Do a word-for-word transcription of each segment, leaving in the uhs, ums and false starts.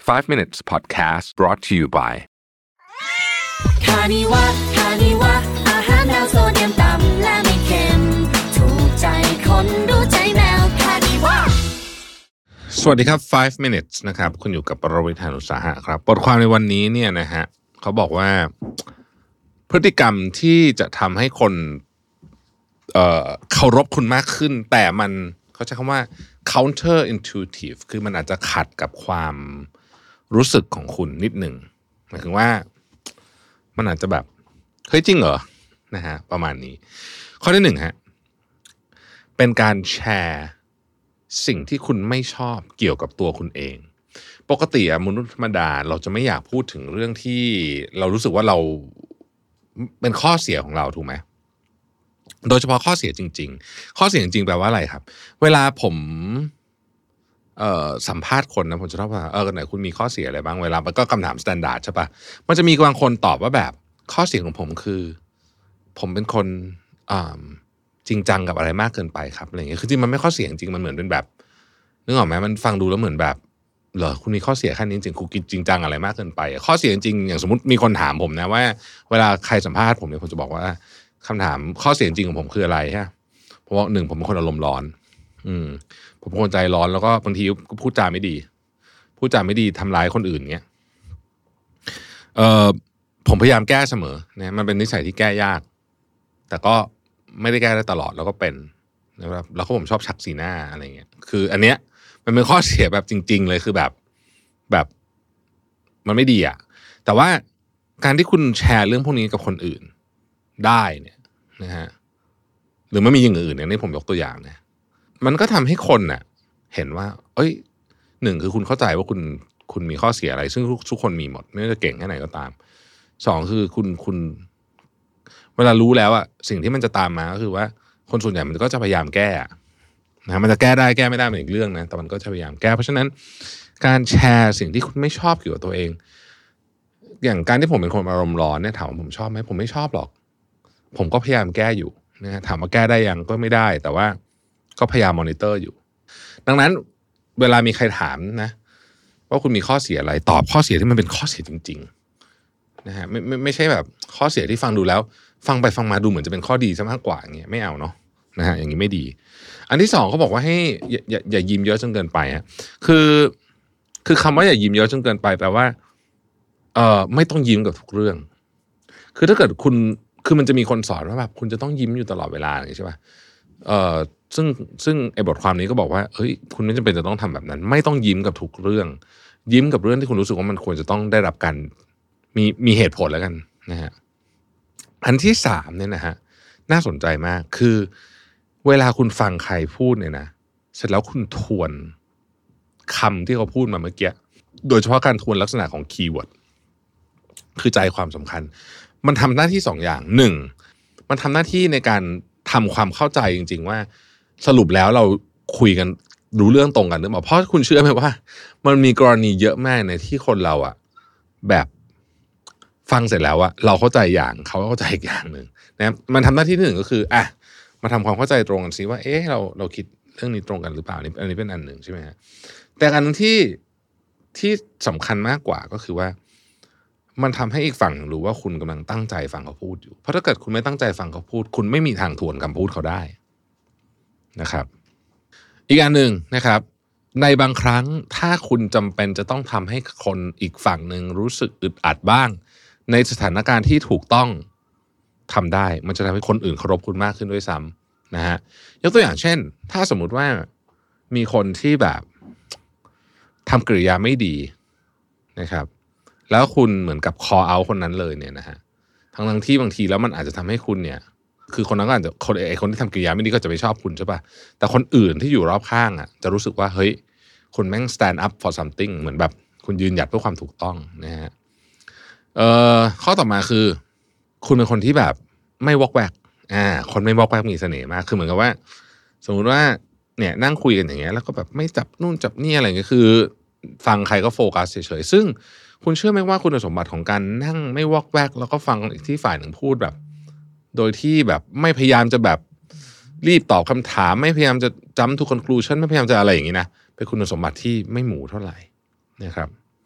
five minutes podcast brought to you by คานิวะคานิวะอาหารแนวโซเดียมต่ำและไม่เค็มถูกใจคนรู้ใจแมวคานิวะสวัสดีครับfive minutes นะครับคุณอยู่กับปรวิทย์ หาญอุตสาหะครับบทความในวันนี้เนี่ยนะฮะเขาบอกว่าพฤติกรรมที่จะทำให้คนเอ่อเคารพคุณมากขึ้นแต่มันเขาใช้คำว่า counter intuitive คือมันอาจจะขัดกับความรู้สึกของคุณนิดหนึ่งหมายถึงว่ามันอาจจะแบบเฮ้ยจริงเหรอนะฮะประมาณนี้ข้อที่หนึ่งฮะเป็นการแชร์สิ่งที่คุณไม่ชอบเกี่ยวกับตัวคุณเองปกติอะมนุษย์ธรรมดาเราจะไม่อยากพูดถึงเรื่องที่เรารู้สึกว่าเราเป็นข้อเสียของเราถูกไหมโดยเฉพาะข้อเสียจริงๆข้อเสียจริงๆแปลว่าอะไรครับเวลาผมเอ่อสัมภาษณ์คนนะผมจะชอบว่าเออไหนคุณมีข้อเสียอะไรบ้างเวลามันก็คำถามสแตนดาร์ดใช่ปะมันจะมีบางคนตอบว่าแบบข้อเสียของผมคือผมเป็นคนอ่าจริงจังกับอะไรมากเกินไปครับอะไรอย่างเงี้ยคือจริงมันไม่ข้อเสียจริงมันเหมือนเป็นแบบนึกออกไหมมันฟังดูแล้วเหมือนแบบเหรอคุณมีข้อเสียแค่นี้จริงคุณจริงจังอะไรมากเกินไปข้อเสียจริงอย่างสมมติมีคนถามผมนะว่าเวลาใครสัมภาษณ์ผมเนี่ยผมจะบอกว่าคำถามข้อเสียจริงของผมคืออะไรฮะเพราะว่าหนึ่งผมเป็นคนอารมณ์ร้อนอืมผมเป็นคนใจร้อนแล้วก็บางทีก็พูดจาไม่ดีพูดจาไม่ดีทำร้ายคนอื่นเงี้ยเอ่อผมพยายามแก้เสมอนะมันเป็นนิสัยที่แก้ยากแต่ก็ไม่ได้แก้ได้ตลอดแล้วก็เป็นนะครับแล้วก็ผมชอบชักสีหน้าอะไรเงี้ยคืออันเนี้ยมันเป็นข้อเสียแบบจริงๆเลยคือแบบแบบมันไม่ดีอ่ะแต่ว่าการที่คุณแชร์เรื่องพวกนี้กับคนอื่นได้เนี่ยนะฮะหรือไม่มีอย่างอื่นเนี่ยนี่ผมยกตัวอย่างนะมันก็ทำให้คนน่ะเห็นว่าเอ้ยหนึ่งคือคุณเข้าใจว่าคุณคุณมีข้อเสียอะไรซึ่งทุกทุกคนมีหมดไม่ว่าจะเก่งแค่ไหนก็ตามสองคือคุณคุณเวลารู้แล้วอะสิ่งที่มันจะตามมาก็คือว่าคนส่วนใหญ่มันก็จะพยายามแก้นะมันจะแก้ได้แก้ไม่ได้เป็นอีกเรื่องนะแต่มันก็จะพยายามแก้เพราะฉะนั้นการแชร์สิ่งที่คุณไม่ชอบเกี่ยวกับตัวเองอย่างการที่ผมเป็นคนอารมณ์ร้อนเนี่ยถามว่าผมชอบไหมผมไม่ชอบหรอกผมก็พยายามแก้อยู่นะถามว่าแก้ได้ยังก็ไม่ได้แต่ว่าก็พยายามมอนิเตอร์อยู่ดังนั้นเวลามีใครถามนะว่าคุณมีข้อเสียอะไรตอบข้อเสียที่มันเป็นข้อเสียจริงๆนะฮะไม่ไม่ไม่ใช่แบบข้อเสียที่ฟังดูแล้วฟังไปฟังมาดูเหมือนจะเป็นข้อดีซะมากกว่าอย่างเงี้ยไม่เอาเนาะนะฮะอย่างนี้ไม่ดีอันที่สองเขาบอกว่าให้อย่าอย่าอย่ายิ้มเยอะจนเกินไปฮะคือคือคำว่าอย่ายิ้มเยอะจนเกินไปแปลว่าเอ่อไม่ต้องยิ้มกับทุกเรื่องคือถ้าเกิดคุณคือมันจะมีคนสอนว่าแบบคุณจะต้องยิ้มอยู่ตลอดเวลาอย่างนี้ใช่ป่ะเอ่อซึ่งซึ่งไอ้บทความนี้ก็บอกว่าเฮ้ยคุณไม่จำเป็นจะต้องทำแบบนั้นไม่ต้องยิ้มกับทุกเรื่องยิ้มกับเรื่องที่คุณรู้สึกว่ามันควรจะต้องได้รับการมีมีเหตุผลแล้วกันนะฮะอันที่สามเนี่ยนะฮะน่าสนใจมากคือเวลาคุณฟังใครพูดเนี่ยนะเสร็จแล้วคุณทวนคำที่เขาพูดมาเมื่อกี้โดยเฉพาะการทวนลักษณะของคีย์เวิร์ดคือใจความสำคัญมันทำหน้าที่สองอย่างหนึ่งมันทำหน้าที่ในการทำความเข้าใจจริงๆว่าสรุปแล้วเราคุยกันรู้เรื่องตรงกันหรือเปล่าเพราะคุณเชื่อไหมว่ามันมีกรณีเยอะมากในที่คนเราอะแบบฟังเสร็จแล้วอะเราเข้าใจอย่างเขาเข้าใจอีกอย่างหนึ่งนะมันทำหน้าที่ที่หนึ่งก็คืออ่ะมาทำความเข้าใจตรงกันซิว่าเอ๊ะเราเราคิดเรื่องนี้ตรงกันหรือเปล่านี่อันนี้เป็นอันหนึ่งใช่ไหมฮะแต่อันนึงที่ที่สำคัญมากกว่าก็คือว่ามันทำให้อีกฝั่งรู้ว่าคุณกำลังตั้งใจฟังเขาพูดอยู่เพราะถ้าเกิดคุณไม่ตั้งใจฟังเขาพูดคุณไม่มีทางทวนคำพูดเขาได้นะครับอีกอันหนึ่งนะครับในบางครั้งถ้าคุณจำเป็นจะต้องทำให้คนอีกฝั่งหนึ่งรู้สึกอึดอัดบ้างในสถานการณ์ที่ถูกต้องทำได้มันจะทำให้คนอื่นเคารพคุณมากขึ้นด้วยซ้ำนะฮะยกตัวอย่างเช่นถ้าสมมุติว่ามีคนที่แบบทำกริยาไม่ดีนะครับแล้วคุณเหมือนกับ call out คนนั้นเลยเนี่ยนะฮะทั้งทั้งที่บางทีแล้วมันอาจจะทำให้คุณเนี่ยคือคนนั้นก็อาจจะคนไอ้คนที่ทำกริยาไม่ดีก็จะไม่ชอบคุณใช่ป่ะแต่คนอื่นที่อยู่รอบข้างอ่ะจะรู้สึกว่าเฮ้ยคุณแม่ง stand up for something เหมือนแบบคุณยืนหยัดเพื่อความถูกต้องนะฮะเอ่อข้อต่อมาคือคุณเป็นคนที่แบบไม่วอกแวกอ่าคนไม่วอกแวกมีเสน่ห์มากคือเหมือนกับว่าสมมุติว่าเนี่ยนั่งคุยกันอย่างเงี้ยแล้วก็แบบไม่จับนู่นจับนี่อะไรอย่างเงี้ยคือฟังใครก็โฟกัสเฉยๆซึ่งคุณเชื่อไหมว่าคุณสมบัติของการนั่งไม่วอกแวกแล้วก็ฟังอีกที่ฝ่ายหนึ่งพูดแบบโดยที่แบบไม่พยายามจะแบบรีบตอบคำถามไม่พยายามจะจำทุก conclusion ไม่พยายามจะอะไรอย่างนี้นะเป็นคุณสมบัติที่ไม่หมูเท่าไหร่นะครับ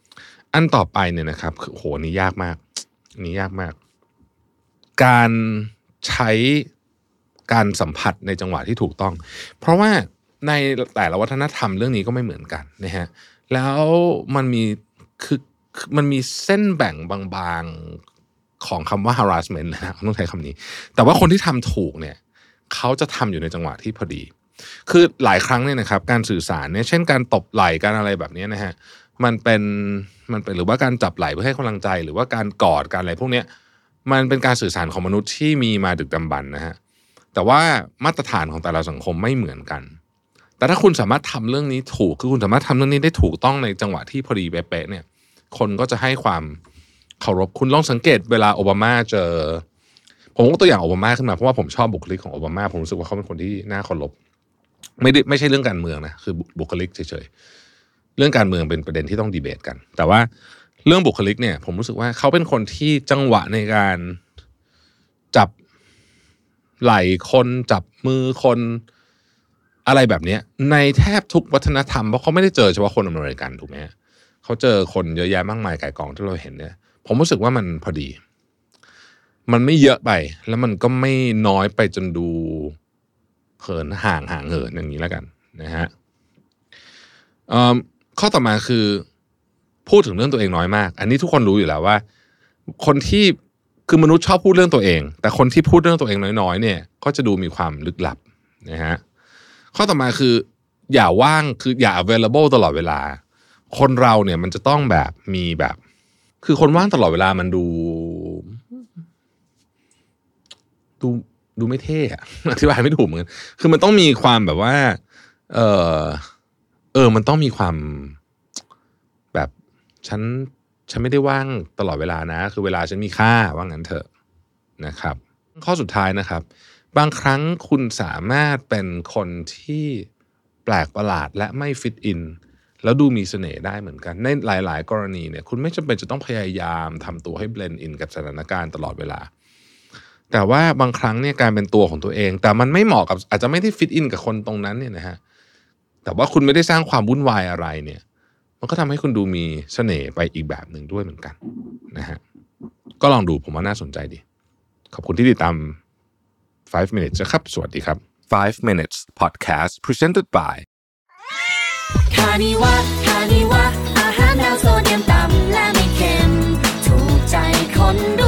อันต่อไปเนี่ยนะครับคือโหนี่ยากมากนี่ยากมากการใช้การสัมผัสในจังหวะที่ถูกต้องเพราะว่าในแต่ละวัฒนธรรมเรื่องนี้ก็ไม่เหมือนกันนะฮะแล้วมันมีคือมันมีเส้นแบ่งบางๆของคำว่า harassment นะต้องใช้คำนี้แต่ว่าคนที่ทำถูกเนี่ยเขาจะทำอยู่ในจังหวะที่พอดีคือหลายครั้งเนี่ยนะครับการสื่อสารเนี่ยเช่นการตบไหล่การอะไรแบบนี้นะฮะมันเป็นมันเป็นหรือว่าการจับไหล่เพื่อให้กำลังใจหรือว่าการกอดการอะไรพวกนี้มันเป็นการสื่อสารของมนุษย์ที่มีมาดึกดำบรรพ์นะฮะแต่ว่ามาตรฐานของแต่ละสังคมไม่เหมือนกันแต่ถ้าคุณสามารถทำเรื่องนี้ถูกคือคุณสามารถทำเรื่องนี้ได้ถูกต้องในจังหวะที่พอดีเป๊ะๆเนี่ยคนก็จะให้ความเคารพคุณลองสังเกตเวลาโอบามาเจอผมก็ตัวอย่างโอบามาขึ้นมาเพราะว่าผมชอบบุคลิกของโอบามาผมรู้สึกว่าเขาเป็นคนที่น่าเคารพไม่ได้ไม่ใช่เรื่องการเมืองนะคือบุคลิกเฉยๆเรื่องการเมืองเป็นประเด็นที่ต้องดีเบตกันแต่ว่าเรื่องบุคลิกเนี่ยผมรู้สึกว่าเขาเป็นคนที่จังหวะในการจับไหล่คนจับมือคนอะไรแบบนี้ในแทบทุกวัฒนธรรมเพราะเขาไม่ได้เจอเฉพาะคนอเมริกันถูกไหมเขาเจอคนเยอะแยะมากมายก่ายกองที่เราเห็นเนี่ยผมรู้สึกว่ามันพอดีมันไม่เยอะไปแล้วมันก็ไม่น้อยไปจนดูเขินห่างห่างเหินอย่างนี้แล้วกันนะฮะข้อต่อมาคือพูดถึงเรื่องตัวเองน้อยมากอันนี้ทุกคนรู้อยู่แล้วว่าคนที่คือมนุษย์ชอบพูดเรื่องตัวเองแต่คนที่พูดเรื่องตัวเองน้อยๆเนี่ยก็จะดูมีความลึกลับนะฮะข้อต่อมาคืออย่าว่างคืออย่า available ตลอดเวลาคนเราเนี่ยมันจะต้องแบบมีแบบคือคนว่างตลอดเวลามันดูดูดูไม่เท่อะอธิบายไม่ถูกเหมือนกันคือมันต้องมีความแบบว่าเออเออมันต้องมีความแบบฉันฉันไม่ได้ว่างตลอดเวลานะคือเวลาฉันมีค่าว่างั้นเถอะนะครับข้อสุดท้ายนะครับบางครั้งคุณสามารถเป็นคนที่แปลกประหลาดและไม่ฟิตอินแล้วดูมีเสน่ห์ได้เหมือนกันในหลายๆกรณีเนี่ยคุณไม่จำเป็นจะต้องพยายามทำตัวให้เบลนด์อินกับสถานการณ์ตลอดเวลาแต่ว่าบางครั้งเนี่ยการเป็นตัวของตัวเองแต่มันไม่เหมาะกับอาจจะไม่ได้ฟิตอินกับคนตรงนั้นเนี่ยนะฮะแต่ว่าคุณไม่ได้สร้างความวุ่นวายอะไรเนี่ยมันก็ทำให้คุณดูมีเสน่ห์ไปอีกแบบหนึ่งด้วยเหมือนกันนะฮะก็ลองดูผมว่าน่าสนใจดีขอบคุณที่ติดตามfive minutes นะครับสวัสดีครับ five minutes podcast presented by คานิวะคานิวะอาหารแนวโซเดียมต่ำและไม่เค็มถูกใจคน